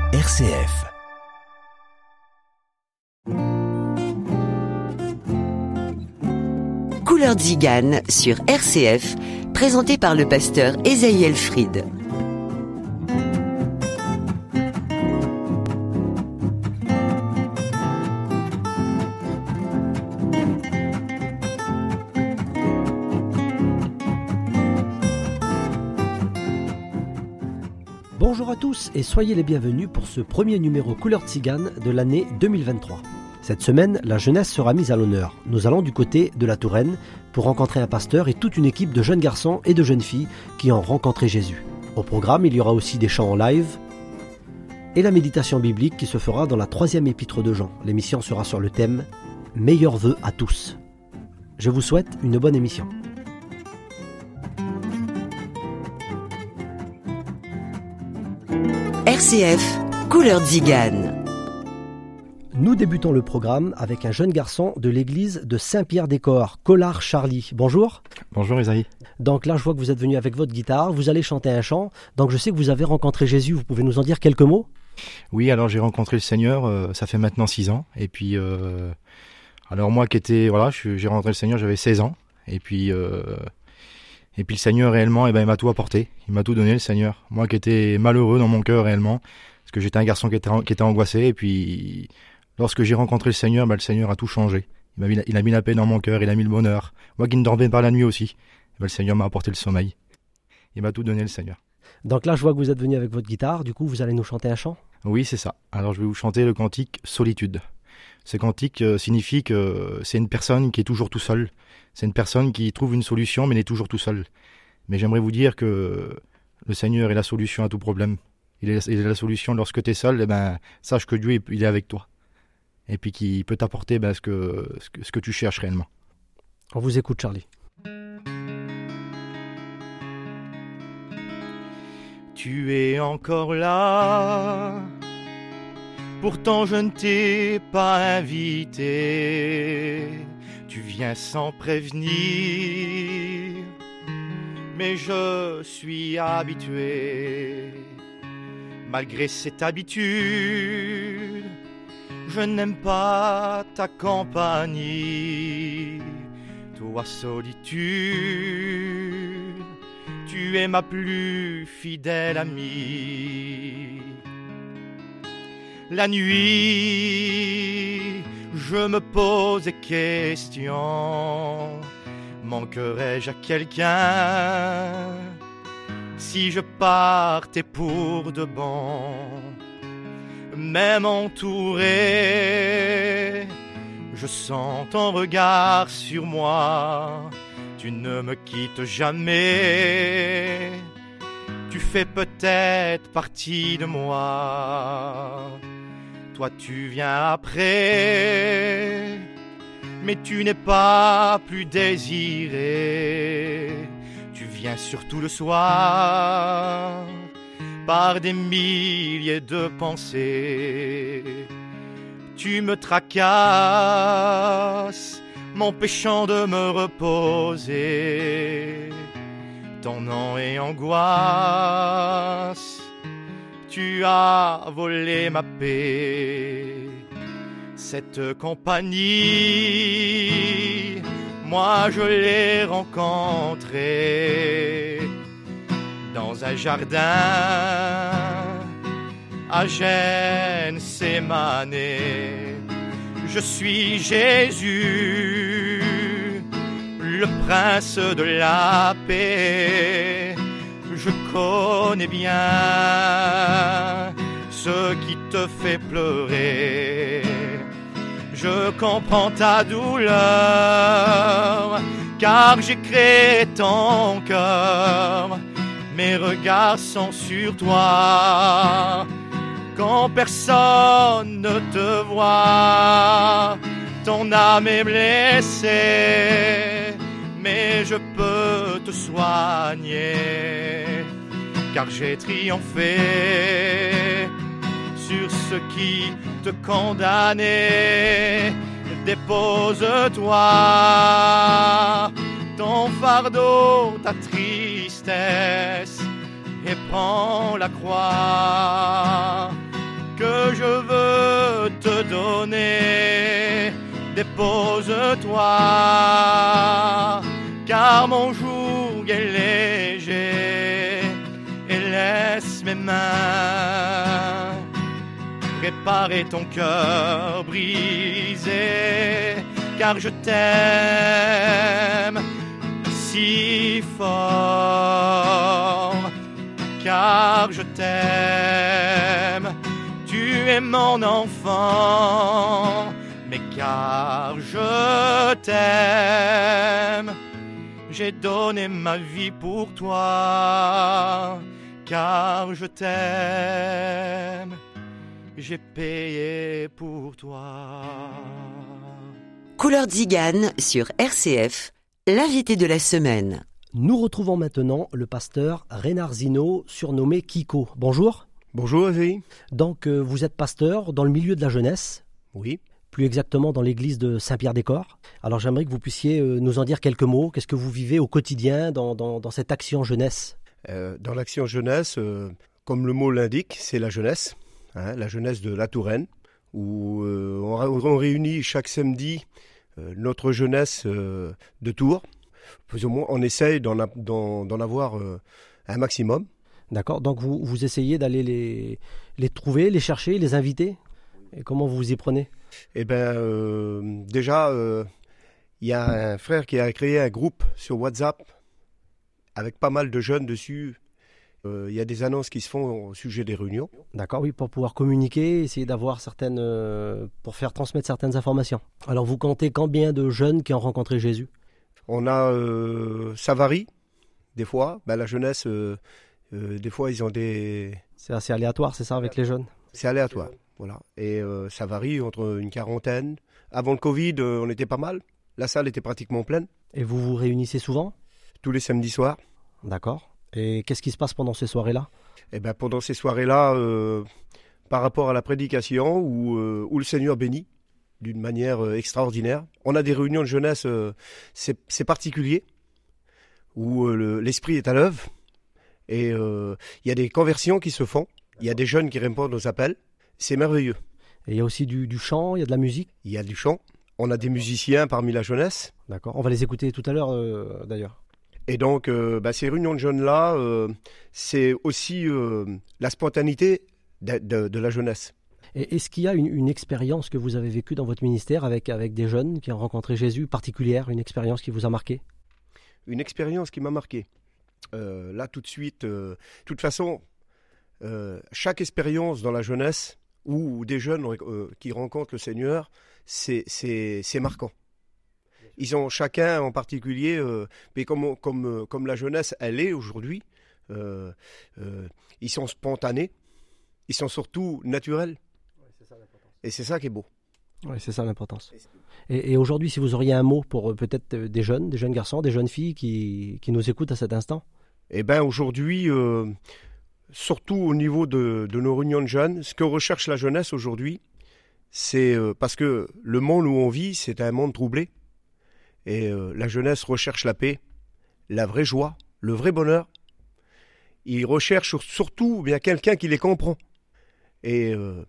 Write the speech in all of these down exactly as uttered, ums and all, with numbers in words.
R C F. Couleur Tzigane sur R C F, présenté par le pasteur Esaïe Elfried. Bonjour à tous et soyez les bienvenus pour ce premier numéro Couleur Tzigane de l'année deux mille vingt-trois. Cette semaine, la jeunesse sera mise à l'honneur. Nous allons du côté de la Touraine pour rencontrer un pasteur et toute une équipe de jeunes garçons et de jeunes filles qui ont rencontré Jésus. Au programme, il y aura aussi des chants en live et la méditation biblique qui se fera dans la troisième épître de Jean. L'émission sera sur le thème « Meilleurs vœux à tous ». Je vous souhaite une bonne émission. R C F, Couleur Tzigane. Nous débutons le programme avec un jeune garçon de l'église de Saint-Pierre-des-Corps, Collard Charlie. Bonjour. Bonjour Esaïe. Donc là, je vois que vous êtes venu avec votre guitare, vous allez chanter un chant. Donc je sais que vous avez rencontré Jésus, vous pouvez nous en dire quelques mots ? Oui, alors j'ai rencontré le Seigneur, euh, ça fait maintenant six ans. Et puis, euh, alors moi qui étais, voilà, je, j'ai rencontré le Seigneur, j'avais seize ans. Et puis, euh, et puis le Seigneur réellement, eh ben, il m'a tout apporté, il m'a tout donné le Seigneur. Moi qui étais malheureux dans mon cœur réellement, parce que j'étais un garçon qui était, qui était angoissé. Et puis, lorsque j'ai rencontré le Seigneur, ben, le Seigneur a tout changé. Il, m'a mis, il a mis la paix dans mon cœur, il a mis le bonheur. Moi qui ne dormais pas la nuit aussi, ben, le Seigneur m'a apporté le sommeil. Il m'a tout donné le Seigneur. Donc là, je vois que vous êtes venu avec votre guitare, du coup, vous allez nous chanter un chant ? Oui, c'est ça. Alors je vais vous chanter le cantique Solitude. Ce cantique euh, signifie que c'est une personne qui est toujours tout seul. C'est une personne qui trouve une solution mais n'est toujours tout seul. Mais j'aimerais vous dire que le Seigneur est la solution à tout problème. Il est, il est la solution lorsque tu es seul, eh ben, sache que Dieu il est avec toi. Et puis qu'il peut t'apporter ben, ce, que, ce, que, ce que tu cherches réellement. On vous écoute, Charlie. Tu es encore là, pourtant je ne t'ai pas invité. Tu viens sans prévenir, mais je suis habitué. Malgré cette habitude, je n'aime pas ta compagnie. Toi, solitude, tu es ma plus fidèle amie. La nuit, je me pose des questions. Manquerais-je à quelqu'un si je partais pour de bon? Même entouré, je sens ton regard sur moi. Tu ne me quittes jamais. Tu fais peut-être partie de moi. Toi tu viens après, mais tu n'es pas plus désiré. Tu viens surtout le soir, par des milliers de pensées. Tu me tracasses, m'empêchant de me reposer. Ton nom est angoisse, tu as volé ma paix. Cette compagnie, moi je l'ai rencontrée dans un jardin à Gênes-Sémanée. Je suis Jésus, le prince de la paix. Je connais bien ce qui te fait pleurer. Je comprends ta douleur, car j'ai créé ton cœur. Mes regards sont sur toi, quand personne ne te voit. Ton âme est blessée, mais je peux te soigner, car j'ai triomphé sur ce qui te condamnait. Dépose-toi ton fardeau, ta tristesse, et prends la croix. que je veux te donner. Dépose-toi, car mon joug est léger, et laisse mes mains réparer ton cœur brisé, car je t'aime si fort, car je t'aime, tu es mon enfant, mais car je t'aime, j'ai donné ma vie pour toi, car je t'aime, j'ai payé pour toi. Couleur Tzigane sur R C F, l'invité de la semaine. Nous retrouvons maintenant le pasteur Reynard Zino, surnommé Kiko. Bonjour. Bonjour, Zéhi. Donc, euh, vous êtes pasteur dans le milieu de la jeunesse. Oui. Plus exactement dans l'église de Saint-Pierre-des-Corps. Alors, j'aimerais que vous puissiez euh, nous en dire quelques mots. Qu'est-ce que vous vivez au quotidien dans, dans, dans cette action jeunesse ? euh, Dans l'action jeunesse, euh, comme le mot l'indique, c'est la jeunesse. Hein, la jeunesse de la Touraine, où euh, on, on réunit chaque samedi euh, notre jeunesse euh, de Tours. Plus ou moins, on essaye d'en, d'en, d'en avoir euh, un maximum. D'accord, donc vous, vous essayez d'aller les, les trouver, les chercher, les inviter. Et comment vous vous y prenez ? Eh bien, euh, déjà, il euh, y a un frère qui a créé un groupe sur WhatsApp avec pas mal de jeunes dessus. Il euh, y a des annonces qui se font au sujet des réunions. D'accord, oui, pour pouvoir communiquer, essayer d'avoir certaines... Euh, pour faire transmettre certaines informations. Alors, vous comptez combien de jeunes qui ont rencontré Jésus ? On a... Euh, ça varie, des fois. Ben, la jeunesse... Euh, Euh, des fois, ils ont des... C'est assez aléatoire, c'est ça, avec les jeunes ? C'est aléatoire, voilà. Et euh, ça varie entre une quarantaine. Avant le Covid, euh, on était pas mal. La salle était pratiquement pleine. Et vous vous réunissez souvent ? Tous les samedis soirs. D'accord. Et qu'est-ce qui se passe pendant ces soirées-là ? Eh ben, pendant ces soirées-là, euh, par rapport à la prédication, où, euh, où le Seigneur bénit d'une manière euh, extraordinaire. On a des réunions de jeunesse, euh, c'est, c'est particulier, où euh, le, l'esprit est à l'œuvre. Et il euh, y a des conversions qui se font. Il y a des jeunes qui répondent aux appels. C'est merveilleux. Et il y a aussi du, du chant, il y a de la musique ? Il y a du chant. On a des musiciens parmi la jeunesse. D'accord. On va les écouter tout à l'heure, euh, d'ailleurs. Et donc, euh, bah, ces réunions de jeunes-là, euh, c'est aussi euh, la spontanéité de, de, de la jeunesse. Et est-ce qu'il y a une, une expérience que vous avez vécue dans votre ministère avec, avec des jeunes qui ont rencontré Jésus, particulière, une expérience qui vous a marqué ? Une expérience qui m'a marqué. Euh, là tout de suite, de euh, toute façon, euh, chaque expérience dans la jeunesse ou des jeunes euh, qui rencontrent le Seigneur, c'est, c'est, c'est marquant. Ils ont chacun en particulier, euh, mais comme, comme, comme la jeunesse elle est aujourd'hui, euh, euh, ils sont spontanés, ils sont surtout naturels. Ouais, c'est ça l'importance. Et c'est ça qui est beau. Oui, c'est ça l'importance. Et, et aujourd'hui, si vous auriez un mot pour euh, peut-être euh, des jeunes, des jeunes garçons, des jeunes filles qui, qui nous écoutent à cet instant ? Eh bien, aujourd'hui, euh, surtout au niveau de, de nos réunions de jeunes, ce que recherche la jeunesse aujourd'hui, c'est euh, parce que le monde où on vit, c'est un monde troublé. Et euh, la jeunesse recherche la paix, la vraie joie, le vrai bonheur. Ils recherchent surtout bien quelqu'un qui les comprend. Et euh,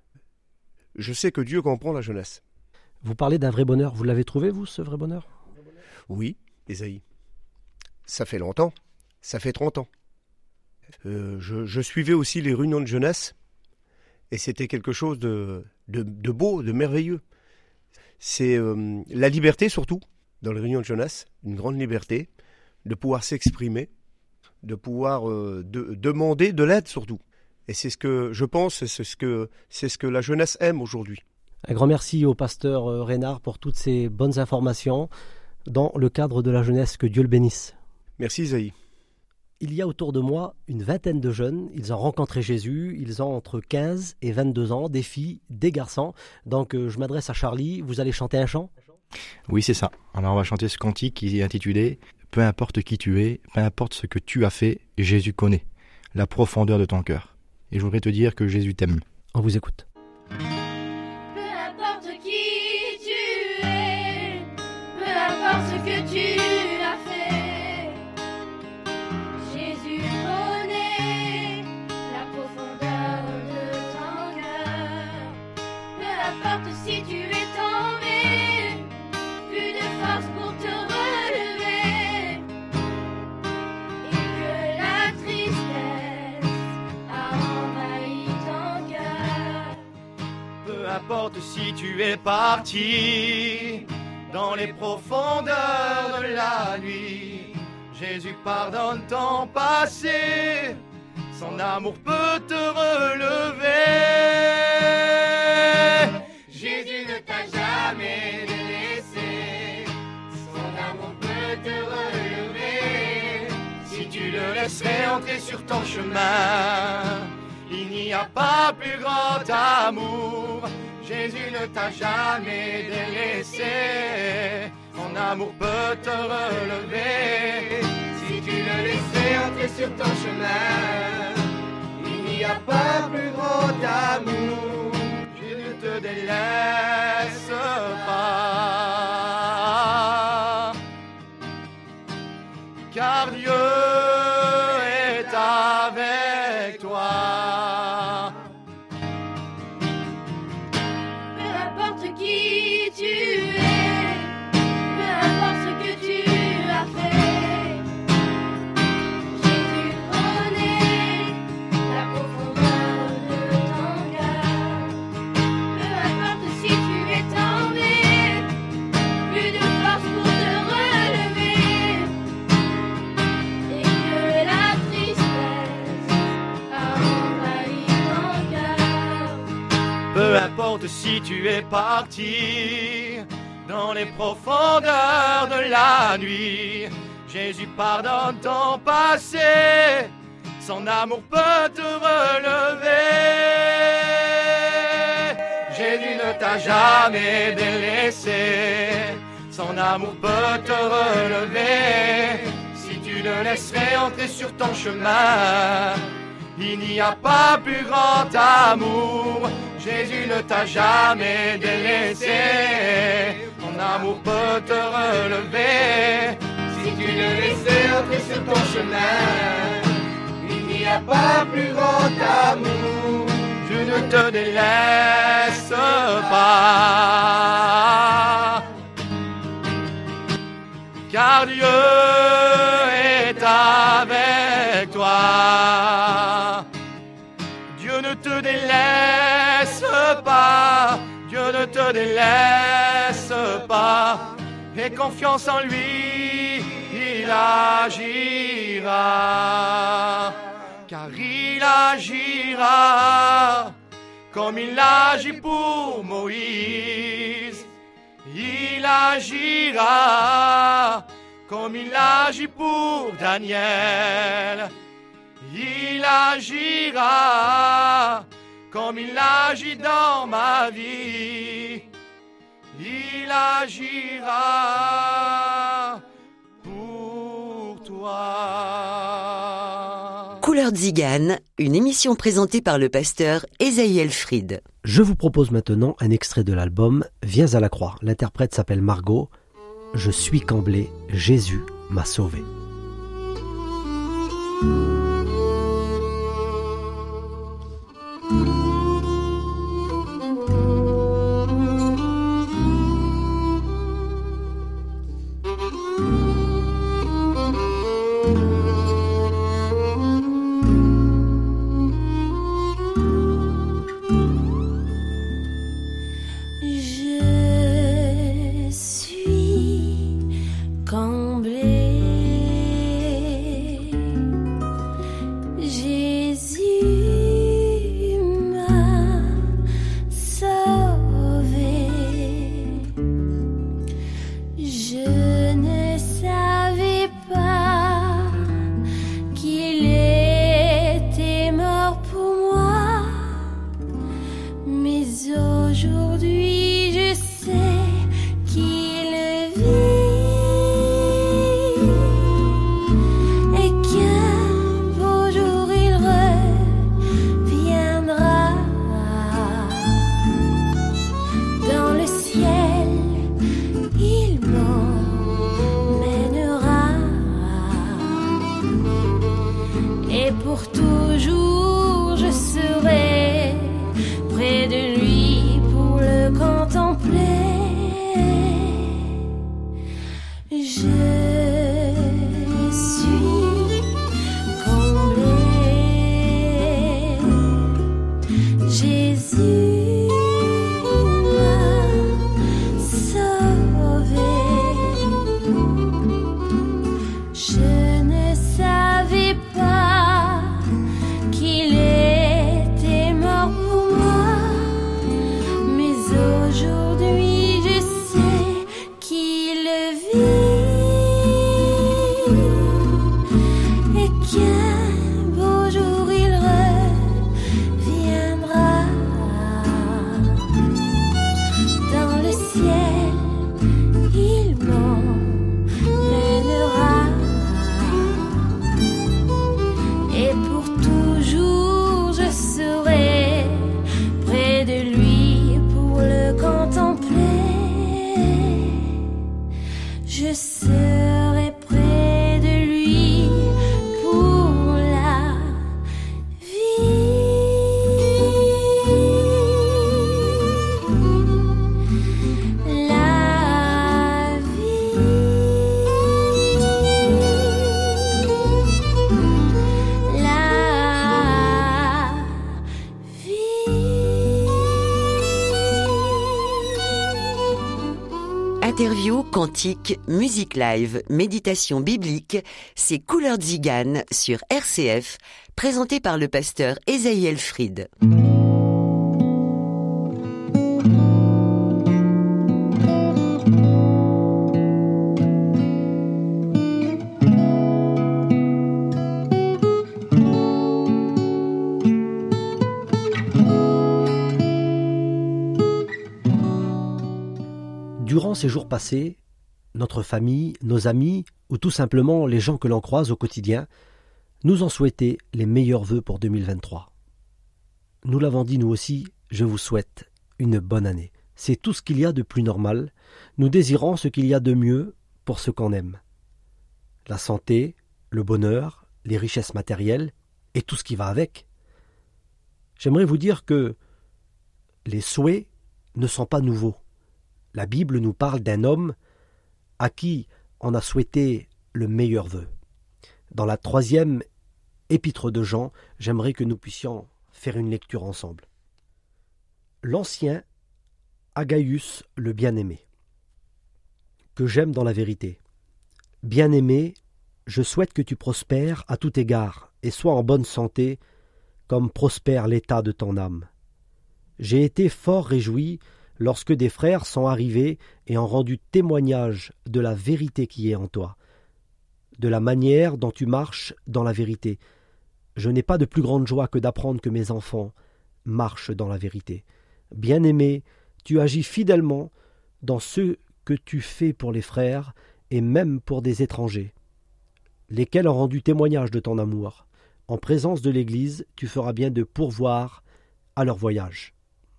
je sais que Dieu comprend la jeunesse. Vous parlez d'un vrai bonheur. Vous l'avez trouvé, vous, ce vrai bonheur ? Oui, Esaïe. Ça fait longtemps. Ça fait trente ans. Euh, je, je suivais aussi les réunions de jeunesse et c'était quelque chose de, de, de beau, de merveilleux. C'est euh, la liberté surtout, dans les réunions de jeunesse, une grande liberté, de pouvoir s'exprimer, de pouvoir euh, de, demander de l'aide surtout. Et c'est ce que je pense, c'est ce que, c'est ce que la jeunesse aime aujourd'hui. Un grand merci au pasteur Reynard pour toutes ces bonnes informations dans le cadre de la jeunesse. Que Dieu le bénisse. Merci Isaïe. Il y a autour de moi une vingtaine de jeunes, ils ont rencontré Jésus, ils ont entre quinze et vingt-deux ans, des filles, des garçons. Donc euh, je m'adresse à Charlie, vous allez chanter un chant ? Oui, c'est ça. Alors on va chanter ce cantique qui est intitulé « Peu importe qui tu es, peu importe ce que tu as fait, Jésus connaît la profondeur de ton cœur. » Et je voudrais te dire que Jésus t'aime. On vous écoute. Peu importe qui tu es, peu importe ce que tu as fait, Jésus connaît la profondeur de ton cœur. si tu es tombé, plus de force pour te relever, et que la tristesse a envahi ton cœur. Peu importe si tu es parti dans les profondeurs de la nuit, Jésus pardonne ton passé, son amour peut te relever. Jésus ne t'a jamais délaissé, son amour peut te relever. Si tu le laisserais entrer sur ton chemin, il n'y a pas plus grand amour. Jésus ne t'a jamais délaissé, son amour peut te relever. Si tu le laissais entrer sur ton chemin, il n'y a pas plus grand amour. Je ne te délaisse pas, car Dieu est avec toi. Peu importe qui tu es, peu importe ce que tu as fait, Jésus connaît la profondeur de ton cœur. Peu importe si tu es tombé, plus de force pour te relever, et que la tristesse a envahi ton cœur. Peu importe si tu es parti dans les profondeurs de la nuit, Jésus pardonne ton passé, son amour peut te relever. Jésus ne t'a jamais délaissé, son amour peut te relever. Si tu le laisserais entrer sur ton chemin, il n'y a pas plus grand amour. Jésus ne t'a jamais délaissé, son amour peut te relever. Si tu le laissais entrer sur ton chemin, il n'y a pas plus grand amour. Je ne te délaisse pas, car Dieu est avec toi. Dieu ne te délaisse pas, Dieu ne te délaisse pas, aie confiance en lui, il agira, car il agira, comme il agit pour Moïse, il agira, comme il agit pour Daniel, il agira, comme il agit dans ma vie, il agira pour toi. Couleur Tzigane, une émission présentée par le pasteur Esaïe Elfried. Je vous propose maintenant un extrait de l'album Viens à la croix. L'interprète s'appelle Margot. Je suis comblé, Jésus m'a sauvé. Je suis comblé. Interviews, cantiques, musique live, méditation biblique, c'est Couleur Tzigane sur R C F, présenté par le pasteur Esaïel Fried. Durant ces jours passés, notre famille, nos amis ou tout simplement les gens que l'on croise au quotidien nous ont souhaité les meilleurs vœux pour deux mille vingt-trois. Nous l'avons dit nous aussi, je vous souhaite une bonne année. C'est tout ce qu'il y a de plus normal. Nous désirons ce qu'il y a de mieux pour ce qu'on aime. La santé, le bonheur, les richesses matérielles et tout ce qui va avec. J'aimerais vous dire que les souhaits ne sont pas nouveaux. La Bible nous parle d'un homme à qui on a souhaité le meilleur vœu. Dans la troisième épître de Jean, j'aimerais que nous puissions faire une lecture ensemble. L'ancien Agaius le bien-aimé, que j'aime dans la vérité. Bien-aimé, je souhaite que tu prospères à tout égard et sois en bonne santé, comme prospère l'état de ton âme. J'ai été fort réjoui lorsque des frères sont arrivés et ont rendu témoignage de la vérité qui est en toi, de la manière dont tu marches dans la vérité. Je n'ai pas de plus grande joie que d'apprendre que mes enfants marchent dans la vérité. Bien-aimé, tu agis fidèlement dans ce que tu fais pour les frères et même pour des étrangers, lesquels ont rendu témoignage de ton amour. En présence de l'Église, tu feras bien de pourvoir à leur voyage,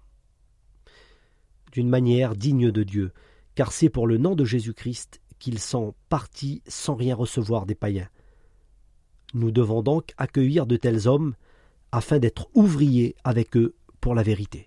d'une manière digne de Dieu, car c'est pour le nom de Jésus-Christ qu'ils sont partis sans rien recevoir des païens. Nous devons donc accueillir de tels hommes afin d'être ouvriers avec eux pour la vérité.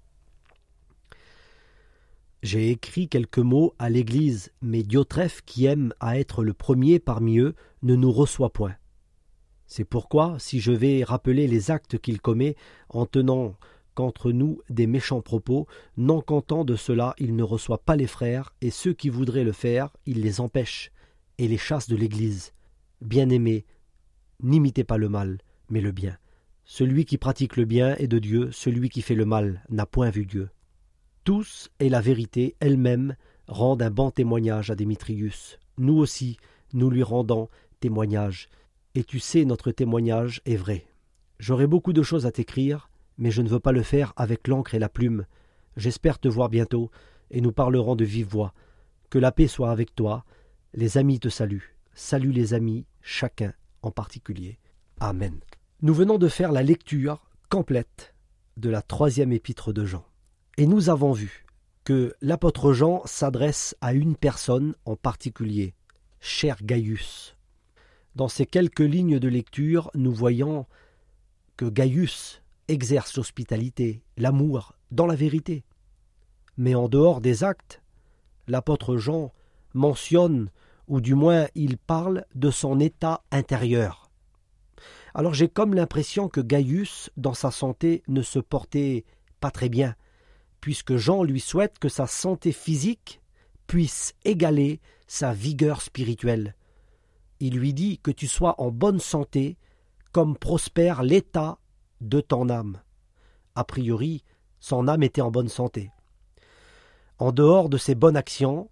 J'ai écrit quelques mots à l'Église, mais Diotrephe, qui aime à être le premier parmi eux, ne nous reçoit point. C'est pourquoi, si je vais rappeler les actes qu'il commet en tenant qu'entre nous des méchants propos, non content de cela, il ne reçoit pas les frères, et ceux qui voudraient le faire, il les empêche, et les chasse de l'Église. Bien-aimés, n'imitez pas le mal, mais le bien. Celui qui pratique le bien est de Dieu, celui qui fait le mal n'a point vu Dieu. Tous, et la vérité elle-même, rendent un bon témoignage à Démétrius. Nous aussi, nous lui rendons témoignage, et tu sais, notre témoignage est vrai. J'aurais beaucoup de choses à t'écrire, mais je ne veux pas le faire avec l'encre et la plume. J'espère te voir bientôt, et nous parlerons de vive voix. Que la paix soit avec toi. Les amis te saluent. Salue les amis, chacun en particulier. Amen. Nous venons de faire la lecture complète de la troisième épître de Jean. Et nous avons vu que l'apôtre Jean s'adresse à une personne en particulier, cher Gaius. Dans ces quelques lignes de lecture, nous voyons que Gaius exerce l'hospitalité, l'amour, dans la vérité. Mais en dehors des actes, l'apôtre Jean mentionne, ou du moins il parle de son état intérieur. Alors j'ai comme l'impression que Gaius, dans sa santé, ne se portait pas très bien, puisque Jean lui souhaite que sa santé physique puisse égaler sa vigueur spirituelle. Il lui dit que tu sois en bonne santé, comme prospère l'état de ton âme. A priori, son âme était en bonne santé. En dehors de ses bonnes actions,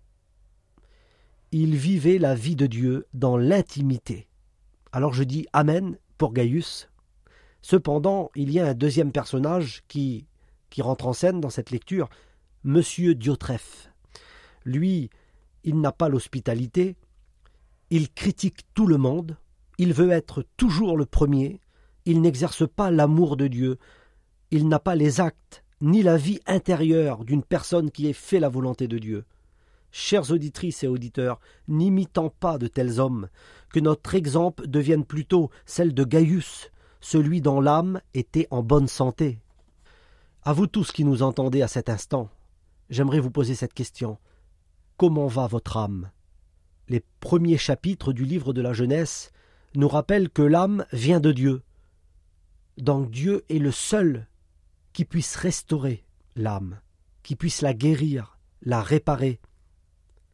il vivait la vie de Dieu dans l'intimité. Alors je dis Amen pour Gaius. Cependant, il y a un deuxième personnage qui, qui rentre en scène dans cette lecture, Monsieur Diotrephe. Lui, il n'a pas l'hospitalité, il critique tout le monde, il veut être toujours le premier, il n'exerce pas l'amour de Dieu, il n'a pas les actes ni la vie intérieure d'une personne qui ait fait la volonté de Dieu. Chères auditrices et auditeurs, n'imitons pas de tels hommes, que notre exemple devienne plutôt celle de Gaius, celui dont l'âme était en bonne santé. À vous tous qui nous entendez à cet instant, j'aimerais vous poser cette question. Comment va votre âme ? Les premiers chapitres du livre de la Genèse nous rappellent que l'âme vient de Dieu. Donc Dieu est le seul qui puisse restaurer l'âme, qui puisse la guérir, la réparer.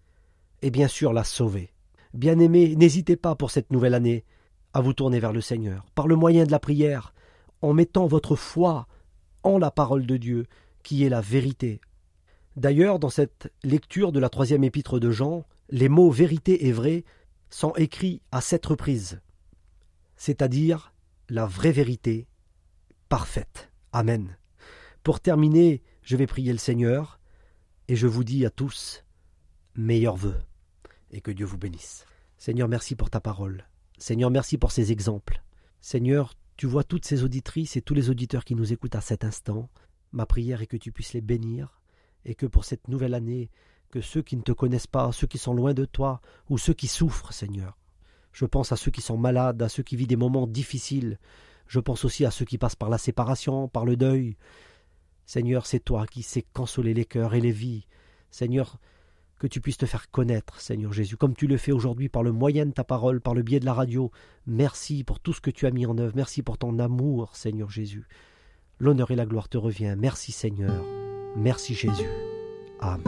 et bien sûr la sauver. Bien-aimés, n'hésitez pas pour cette nouvelle année à vous tourner vers le Seigneur, par le moyen de la prière, en mettant votre foi en la parole de Dieu, qui est la vérité. D'ailleurs, dans cette lecture de la troisième épître de Jean, les mots « vérité » et « vrai » sont écrits à sept reprises, c'est-à-dire la vraie vérité parfaite. Amen. Pour terminer, je vais prier le Seigneur, et je vous dis à tous, meilleurs vœux, et que Dieu vous bénisse. Seigneur, merci pour ta parole. Seigneur, merci pour ces exemples. Seigneur, tu vois toutes ces auditrices et tous les auditeurs qui nous écoutent à cet instant. Ma prière est que tu puisses les bénir et que pour cette nouvelle année, que ceux qui ne te connaissent pas, ceux qui sont loin de toi ou ceux qui souffrent, Seigneur. Je pense à ceux qui sont malades, à ceux qui vivent des moments difficiles. Je pense aussi à ceux qui passent par la séparation, par le deuil. Seigneur, c'est toi qui sais consoler les cœurs et les vies. Seigneur, que tu puisses te faire connaître, Seigneur Jésus, comme tu le fais aujourd'hui par le moyen de ta parole, par le biais de la radio. Merci pour tout ce que tu as mis en œuvre. Merci pour ton amour, Seigneur Jésus. L'honneur et la gloire te revient. Merci, Seigneur. Merci, Jésus. Amen.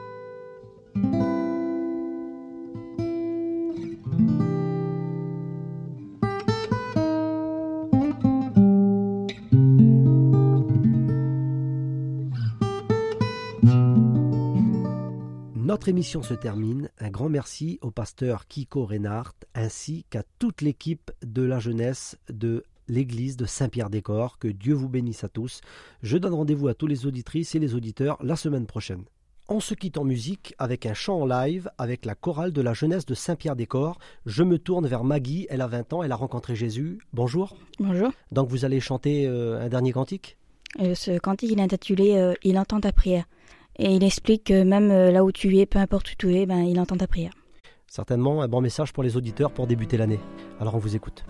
Notre émission se termine. Un grand merci au pasteur Kiko Reinhardt ainsi qu'à toute l'équipe de la jeunesse de l'église de Saint-Pierre-des-Corps. Que Dieu vous bénisse à tous. Je donne rendez-vous à tous les auditrices et les auditeurs la semaine prochaine. On se quitte en musique avec un chant en live avec la chorale de la jeunesse de Saint-Pierre-des-Corps. Je me tourne vers Maggie, elle a vingt ans, elle a rencontré Jésus. Bonjour. Bonjour. Donc vous allez chanter euh, un dernier cantique ? euh, Ce cantique, il est intitulé euh, « Il entend ta prière ». Et il explique que même euh, là où tu es, peu importe où tu es, ben, il entend ta prière. Certainement un bon message pour les auditeurs pour débuter l'année. Alors on vous écoute.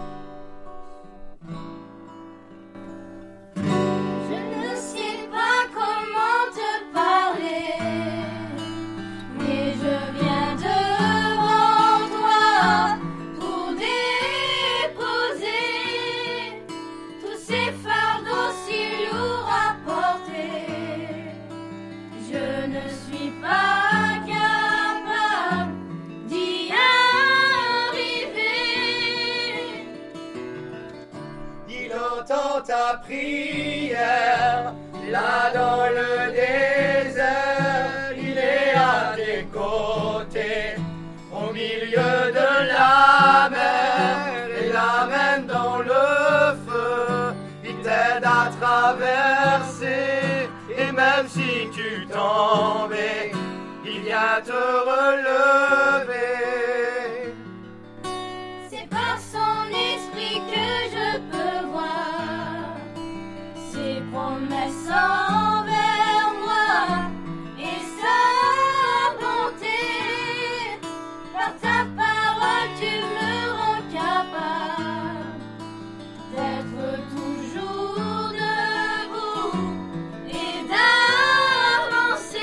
Ta prière, là dans le désert, il est à tes côtés, au milieu de la mer, et là même dans le feu, il t'aide à traverser, et même si tu tombais, il vient te relever. C'est par son esprit que je peux voir promesse envers moi et sa bonté. Par ta parole tu me rends capable d'être toujours debout et d'avancer.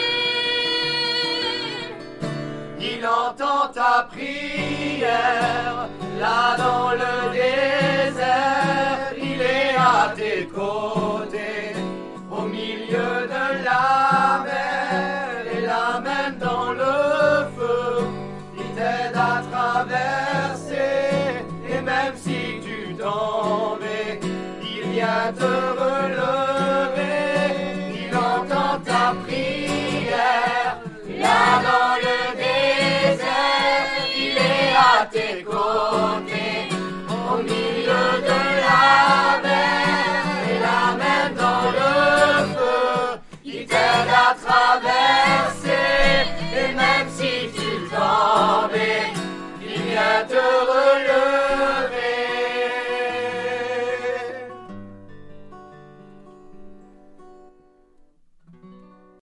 Il entend ta prière là dans le désert, il est à tes côtés, au milieu de la mer, et là même dans le feu, il t'aide à traverser, et même si tu tombais, il vient te relever. Il entend ta prière, là dans le désert, il est à tes côtés.